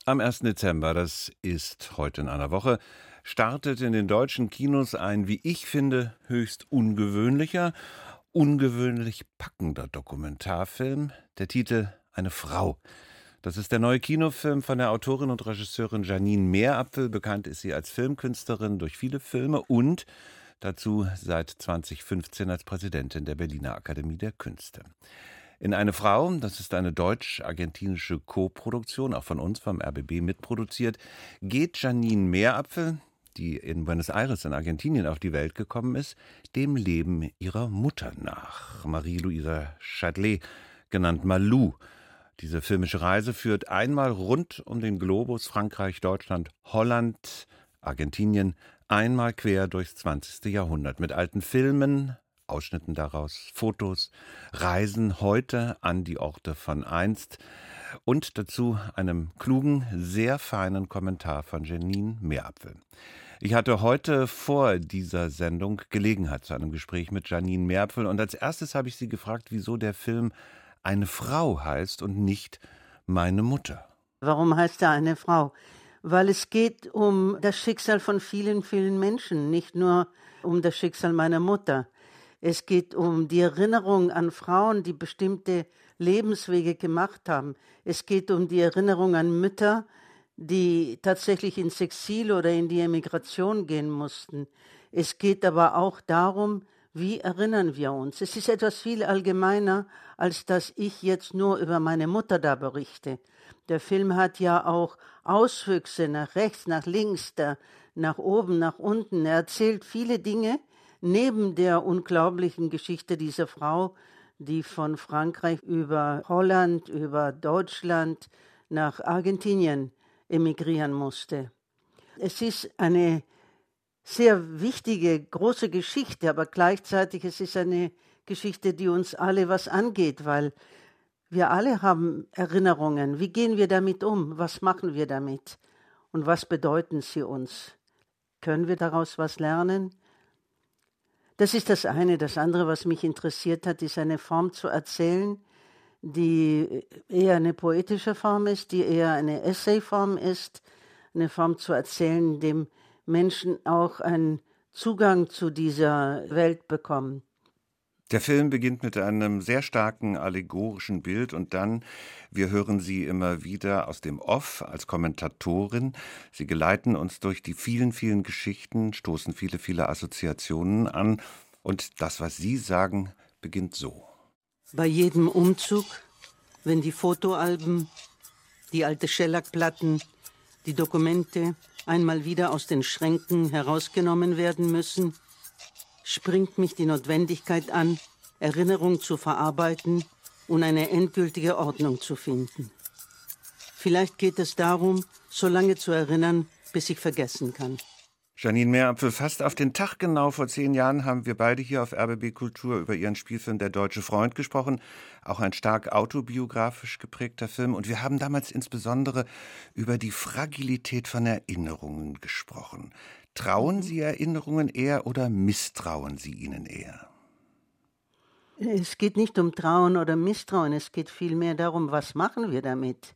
Am 1. Dezember, das ist heute in einer Woche, startet in den deutschen Kinos ein, wie ich finde, höchst ungewöhnlich packender Dokumentarfilm. Der Titel »Eine Frau«. Das ist der neue Kinofilm von der Autorin und Regisseurin Jeanine Meerapfel. Bekannt ist sie als Filmkünstlerin durch viele Filme und dazu seit 2015 als Präsidentin der Berliner Akademie der Künste. In »Eine Frau«, das ist eine deutsch-argentinische Co-Produktion, auch von uns, vom RBB mitproduziert, geht Jeanine Meerapfel, die in Buenos Aires in Argentinien auf die Welt gekommen ist, dem Leben ihrer Mutter nach. Marie-Louise Châtelet, genannt Malou. Diese filmische Reise führt einmal rund um den Globus, Frankreich, Deutschland, Holland, Argentinien, einmal quer durchs 20. Jahrhundert mit alten Filmen, Ausschnitten daraus, Fotos, Reisen heute an die Orte von einst und dazu einem klugen, sehr feinen Kommentar von Jeanine Meerapfel. Ich hatte heute vor dieser Sendung Gelegenheit zu einem Gespräch mit Jeanine Meerapfel und als erstes habe ich sie gefragt, wieso der Film »Eine Frau« heißt und nicht »Meine Mutter«. Warum heißt er »Eine Frau«? Weil es geht um das Schicksal von vielen, vielen Menschen, nicht nur um das Schicksal meiner Mutter. Es geht um die Erinnerung an Frauen, die bestimmte Lebenswege gemacht haben. Es geht um die Erinnerung an Mütter, die tatsächlich ins Exil oder in die Emigration gehen mussten. Es geht aber auch darum, wie erinnern wir uns. Es ist etwas viel allgemeiner, als dass ich jetzt nur über meine Mutter da berichte. Der Film hat ja auch Auswüchse nach rechts, nach links, nach oben, nach unten. Er erzählt viele Dinge, neben der unglaublichen Geschichte dieser Frau, die von Frankreich über Holland, über Deutschland nach Argentinien emigrieren musste. Es ist eine sehr wichtige, große Geschichte, aber gleichzeitig es ist eine Geschichte, die uns alle was angeht, weil wir alle haben Erinnerungen. Wie gehen wir damit um? Was machen wir damit? Und was bedeuten sie uns? Können wir daraus was lernen? Das ist das eine. Das andere, was mich interessiert hat, ist eine Form zu erzählen, die eher eine poetische Form ist, die eher eine Essayform ist, eine Form zu erzählen, dem Menschen auch einen Zugang zu dieser Welt bekommen. Der Film beginnt mit einem sehr starken allegorischen Bild und dann, wir hören sie immer wieder aus dem Off als Kommentatorin. Sie geleiten uns durch die vielen, vielen Geschichten, stoßen viele, viele Assoziationen an und das, was Sie sagen, beginnt so. Bei jedem Umzug, wenn die Fotoalben, die alte Schellackplatten, die Dokumente einmal wieder aus den Schränken herausgenommen werden müssen, springt mich die Notwendigkeit an, Erinnerung zu verarbeiten und eine endgültige Ordnung zu finden. Vielleicht geht es darum, so lange zu erinnern, bis ich vergessen kann. Jeanine Meerapfel, fast auf den Tag genau vor 10 Jahren haben wir beide hier auf RBB Kultur über Ihren Spielfilm »Der deutsche Freund« gesprochen. Auch ein stark autobiografisch geprägter Film. Und wir haben damals insbesondere über die Fragilität von Erinnerungen gesprochen. Trauen Sie Erinnerungen eher oder misstrauen Sie ihnen eher? Es geht nicht um Trauen oder Misstrauen, es geht vielmehr darum, was machen wir damit?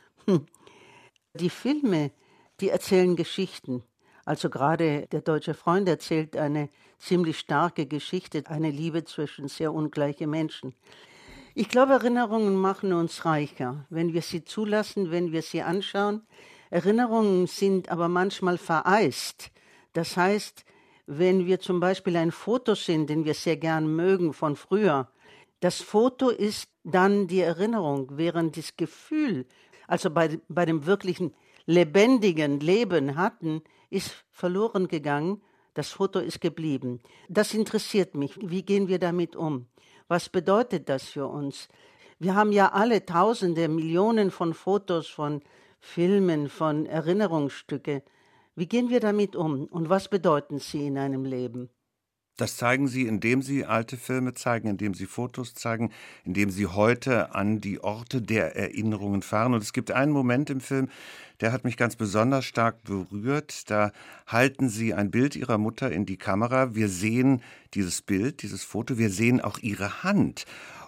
Die Filme, die erzählen Geschichten. Also gerade »Der deutsche Freund« erzählt eine ziemlich starke Geschichte, eine Liebe zwischen sehr ungleichen Menschen. Ich glaube, Erinnerungen machen uns reicher, wenn wir sie zulassen, wenn wir sie anschauen. Erinnerungen sind aber manchmal vereist. Das heißt, wenn wir zum Beispiel ein Foto sehen, den wir sehr gern mögen von früher, das Foto ist dann die Erinnerung, während das Gefühl, also bei dem wirklichen lebendigen Leben hatten, ist verloren gegangen, das Foto ist geblieben. Das interessiert mich. Wie gehen wir damit um? Was bedeutet das für uns? Wir haben ja alle Tausende, Millionen von Fotos, von Filmen, von Erinnerungsstücke. Wie gehen wir damit um und was bedeuten sie in einem Leben? Das zeigen Sie, indem Sie alte Filme zeigen, indem Sie Fotos zeigen, indem Sie heute an die Orte der Erinnerungen fahren. Und es gibt einen Moment im Film, der hat mich ganz besonders stark berührt. Da halten Sie ein Bild Ihrer Mutter in die Kamera. Wir sehen dieses Bild, dieses Foto, wir sehen auch Ihre Hand.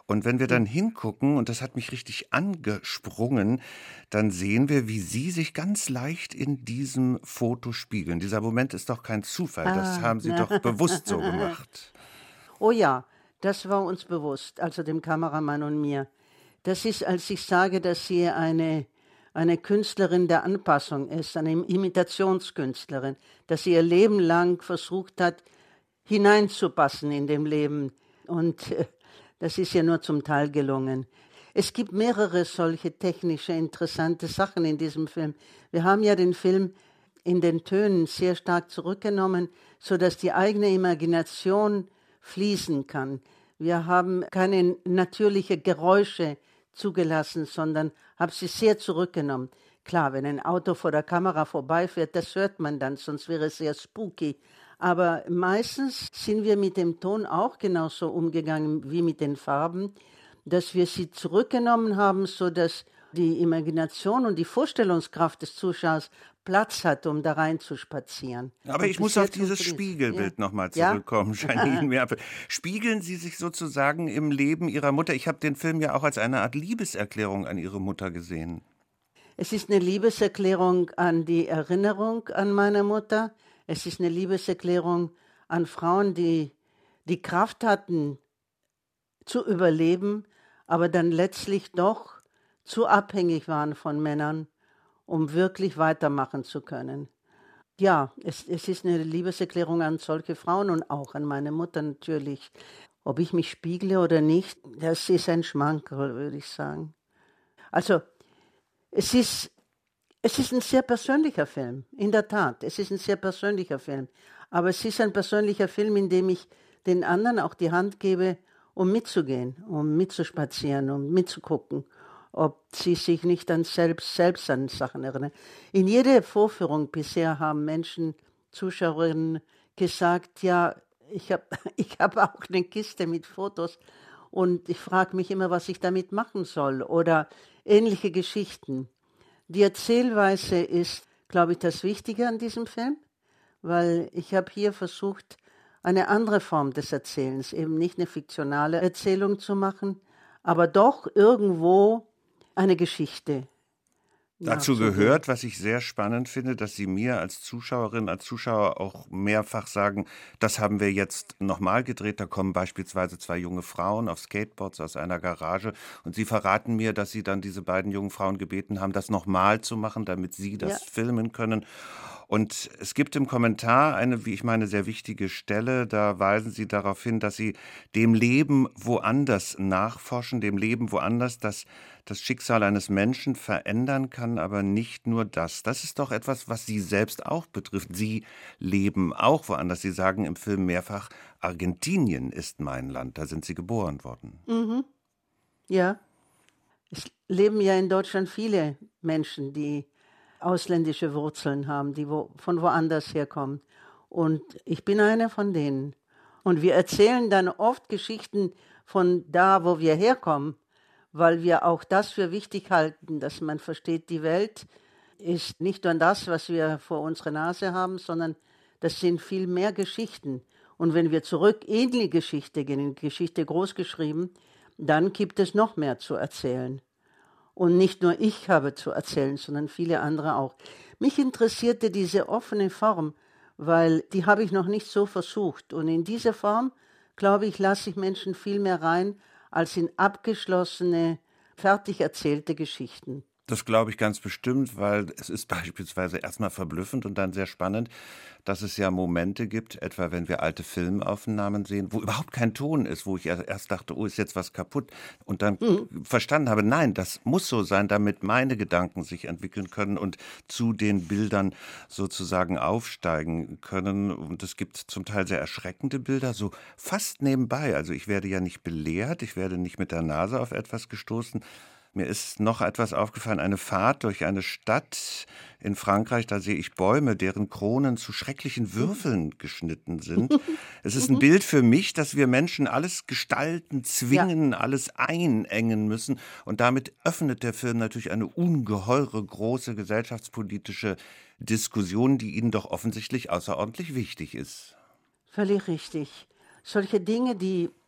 Und wenn wir dann hingucken, und das hat mich richtig angesprungen, dann sehen wir, wie Sie sich ganz leicht in diesem Foto spiegeln. Dieser Moment ist doch kein Zufall, das Ah, haben Sie doch bewusst so gemacht. oh ja, das war uns bewusst, also dem Kameramann und mir. Das ist, als ich sage, dass sie eine Künstlerin der Anpassung ist, eine Imitationskünstlerin, dass sie ihr Leben lang versucht hat, hineinzupassen in dem Leben. Und das ist ja nur zum Teil gelungen. Es gibt mehrere solche technische, interessante Sachen in diesem Film. Wir haben ja den Film in den Tönen sehr stark zurückgenommen, sodass die eigene Imagination fließen kann. Wir haben keine natürlichen Geräusche zugelassen, sondern haben sie sehr zurückgenommen. Klar, wenn ein Auto vor der Kamera vorbeifährt, das hört man dann, sonst wäre es sehr spooky. Aber meistens sind wir mit dem Ton auch genauso umgegangen wie mit den Farben, dass wir sie zurückgenommen haben, sodass die Imagination und die Vorstellungskraft des Zuschauers Platz hat, um da rein zu spazieren. Aber Und ich bis muss auf jetzt dieses funktioniert es. Spiegelbild nochmal Ja? zurückkommen, Janine Merpel. Spiegeln Sie sich sozusagen im Leben Ihrer Mutter? Ich habe den Film ja auch als eine Art Liebeserklärung an Ihre Mutter gesehen. Es ist eine Liebeserklärung an die Erinnerung an meine Mutter. Es ist eine Liebeserklärung an Frauen, die die Kraft hatten, zu überleben, aber dann letztlich doch zu abhängig waren von Männern, um wirklich weitermachen zu können. Ja, es ist eine Liebeserklärung an solche Frauen und auch an meine Mutter natürlich. Ob ich mich spiegle oder nicht, das ist ein Schmankerl, würde ich sagen. Also, es ist ein sehr persönlicher Film, in der Tat. Es ist ein sehr persönlicher Film. Aber es ist ein persönlicher Film, in dem ich den anderen auch die Hand gebe, um mitzugehen, um mitzuspazieren, um mitzugucken, ob sie sich nicht an selbst an Sachen erinnern. In jeder Vorführung bisher haben Menschen, Zuschauerinnen gesagt, ja, ich hab ich hab auch eine Kiste mit Fotos und ich frage mich immer, was ich damit machen soll oder ähnliche Geschichten. Die Erzählweise ist, glaube ich, das Wichtige an diesem Film, weil ich habe hier versucht, eine andere Form des Erzählens, eben nicht eine fiktionale Erzählung zu machen, aber doch irgendwo eine Geschichte Dazu nachzugehen. gehört, was ich sehr spannend finde, dass Sie mir als Zuschauerin, als Zuschauer auch mehrfach sagen, das haben wir jetzt nochmal gedreht, da kommen beispielsweise zwei junge Frauen auf Skateboards aus einer Garage und Sie verraten mir, dass Sie dann diese beiden jungen Frauen gebeten haben, das nochmal zu machen, damit Sie Ja, das filmen können. Und es gibt im Kommentar eine, wie ich meine, sehr wichtige Stelle, da weisen Sie darauf hin, dass Sie dem Leben woanders nachforschen, dem Leben woanders, das das Schicksal eines Menschen verändern kann, aber nicht nur das. Das ist doch etwas, was Sie selbst auch betrifft. Sie leben auch woanders. Sie sagen im Film mehrfach, Argentinien ist mein Land. Da sind Sie geboren worden. mhm. Ja. Es leben ja in Deutschland viele Menschen, die ausländische Wurzeln haben, die von woanders herkommen. Und ich bin einer von denen. Und wir erzählen dann oft Geschichten von da, wo wir herkommen, weil wir auch das für wichtig halten, dass man versteht, die Welt ist nicht nur das, was wir vor unserer Nase haben, sondern das sind viel mehr Geschichten. Und wenn wir zurück in die Geschichte gehen, in die Geschichte großgeschrieben, dann gibt es noch mehr zu erzählen. Und nicht nur ich habe zu erzählen, sondern viele andere auch. Mich interessierte diese offene Form, weil die habe ich noch nicht so versucht. Und in dieser Form, glaube ich, lasse ich Menschen viel mehr rein als in abgeschlossene, fertig erzählte Geschichten. Das glaube ich ganz bestimmt, weil es ist beispielsweise erstmal verblüffend und dann sehr spannend, dass es ja Momente gibt, etwa wenn wir alte Filmaufnahmen sehen, wo überhaupt kein Ton ist, wo ich erst dachte, oh, ist jetzt was kaputt und dann verstanden habe, nein, das muss so sein, damit meine Gedanken sich entwickeln können und zu den Bildern sozusagen aufsteigen können. Und es gibt zum Teil sehr erschreckende Bilder, so fast nebenbei. Also ich werde ja nicht belehrt, ich werde nicht mit der Nase auf etwas gestoßen. Mir ist noch etwas aufgefallen, eine Fahrt durch eine Stadt in Frankreich, da sehe ich Bäume, deren Kronen zu schrecklichen Würfeln geschnitten sind. Es ist ein Bild für mich, dass wir Menschen alles gestalten, Ja, zwingen, alles einengen müssen. Und damit öffnet der Film natürlich eine ungeheure große gesellschaftspolitische Diskussion, die Ihnen doch offensichtlich außerordentlich wichtig ist. völlig richtig. Solche Dinge, die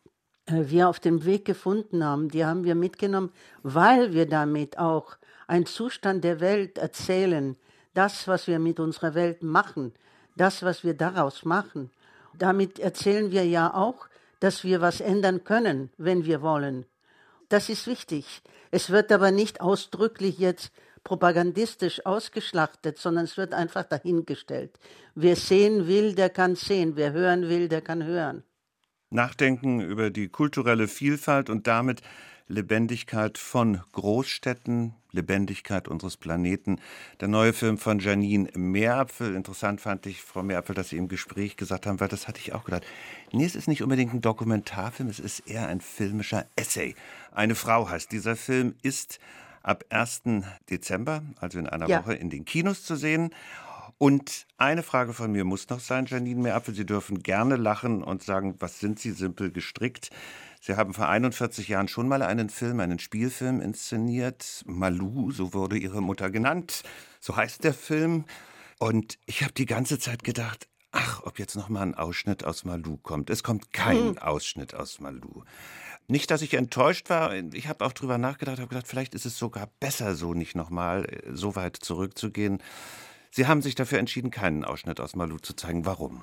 wir auf dem Weg gefunden haben, die haben wir mitgenommen, weil wir damit auch einen Zustand der Welt erzählen, das, was wir mit unserer Welt machen, das, was wir daraus machen. Damit erzählen wir ja auch, dass wir was ändern können, wenn wir wollen. Das ist wichtig. Es wird aber nicht ausdrücklich jetzt propagandistisch ausgeschlachtet, sondern es wird einfach dahingestellt. Wer sehen will, der kann sehen. Wer hören will, der kann hören. Nachdenken über die kulturelle Vielfalt und damit Lebendigkeit von Großstädten, Lebendigkeit unseres Planeten. Der neue Film von Janine Meerapfel. Interessant fand ich, Frau Meerapfel, dass Sie im Gespräch gesagt haben, weil das hatte ich auch gedacht. Nee, es ist nicht unbedingt ein Dokumentarfilm, es ist eher ein filmischer Essay. Eine Frau heißt dieser Film, ist ab 1. Dezember, also in einer Woche, in den Kinos zu sehen. Und eine Frage von mir muss noch sein, Janine Meerapfel. Sie dürfen gerne lachen und sagen, was sind Sie simpel gestrickt? Sie haben vor 41 Jahren schon mal einen Spielfilm inszeniert. Malou, so wurde Ihre Mutter genannt. So heißt der Film. Und ich habe die ganze Zeit gedacht, ach, ob jetzt noch mal ein Ausschnitt aus Malou kommt. Es kommt kein Ausschnitt aus Malou. Nicht, dass ich enttäuscht war. Ich habe auch drüber nachgedacht, habe gedacht, vielleicht ist es sogar besser, so nicht noch mal so weit zurückzugehen. Sie haben sich dafür entschieden, keinen Ausschnitt aus Malou zu zeigen. Warum?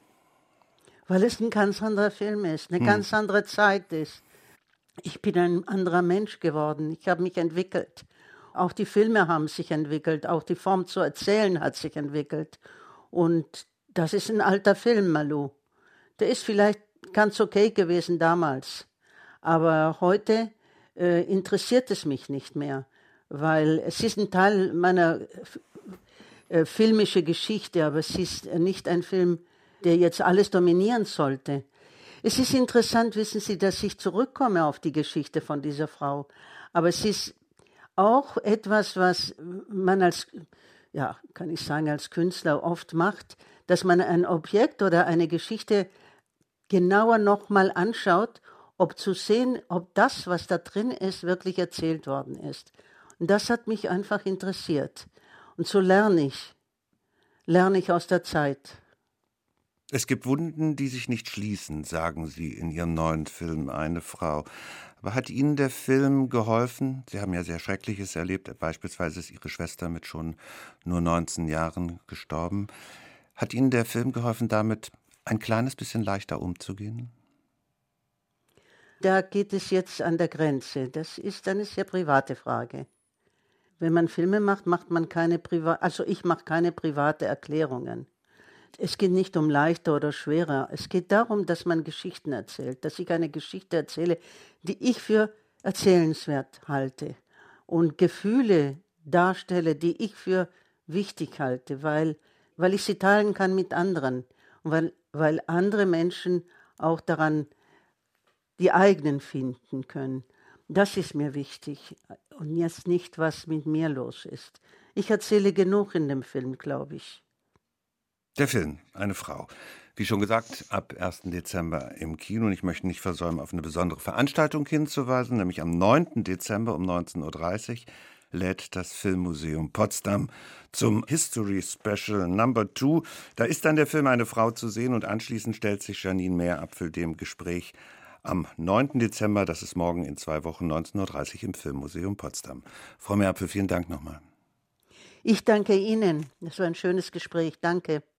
Weil es ein ganz anderer Film ist, eine ganz andere Zeit ist. Ich bin ein anderer Mensch geworden. Ich habe mich entwickelt. Auch die Filme haben sich entwickelt. Auch die Form zu erzählen hat sich entwickelt. Und das ist ein alter Film, Malou. Der ist vielleicht ganz okay gewesen damals. Aber heute interessiert es mich nicht mehr. Weil es ist ein Teil meiner filmische Geschichte, aber es ist nicht ein Film, der jetzt alles dominieren sollte. Es ist interessant, wissen Sie, dass ich zurückkomme auf die Geschichte von dieser Frau. Aber es ist auch etwas, was man als Künstler oft macht, dass man ein Objekt oder eine Geschichte genauer nochmal anschaut, ob zu sehen, ob das, was da drin ist, wirklich erzählt worden ist. Und das hat mich einfach interessiert. Und so lerne ich aus der Zeit. Es gibt Wunden, die sich nicht schließen, sagen Sie in Ihrem neuen Film Eine Frau. Aber hat Ihnen der Film geholfen? Sie haben ja sehr Schreckliches erlebt. Beispielsweise ist Ihre Schwester mit schon nur 19 Jahren gestorben. Hat Ihnen der Film geholfen, damit ein kleines bisschen leichter umzugehen? Da geht es jetzt an der Grenze. Das ist eine sehr private Frage. Wenn man Filme macht, macht man ich mache keine private Erklärungen. Es geht nicht um leichter oder schwerer. Es geht darum, dass man Geschichten erzählt, dass ich eine Geschichte erzähle, die ich für erzählenswert halte und Gefühle darstelle, die ich für wichtig halte, weil ich sie teilen kann mit anderen und weil andere Menschen auch daran die eigenen finden können. Das ist mir wichtig und jetzt nicht, was mit mir los ist. Ich erzähle genug in dem Film, glaube ich. Der Film Eine Frau. Wie schon gesagt, ab 1. Dezember im Kino. Und ich möchte nicht versäumen, auf eine besondere Veranstaltung hinzuweisen, nämlich am 9. Dezember um 19.30 Uhr lädt das Filmmuseum Potsdam zum History Special Number 2. Da ist dann der Film Eine Frau zu sehen und anschließend stellt sich Janine Meerapfel dem Gespräch am 9. Dezember, das ist morgen in 2 Wochen, 19.30 Uhr im Filmmuseum Potsdam. Frau Meerapfel, vielen Dank nochmal. Ich danke Ihnen. Das war ein schönes Gespräch. Danke.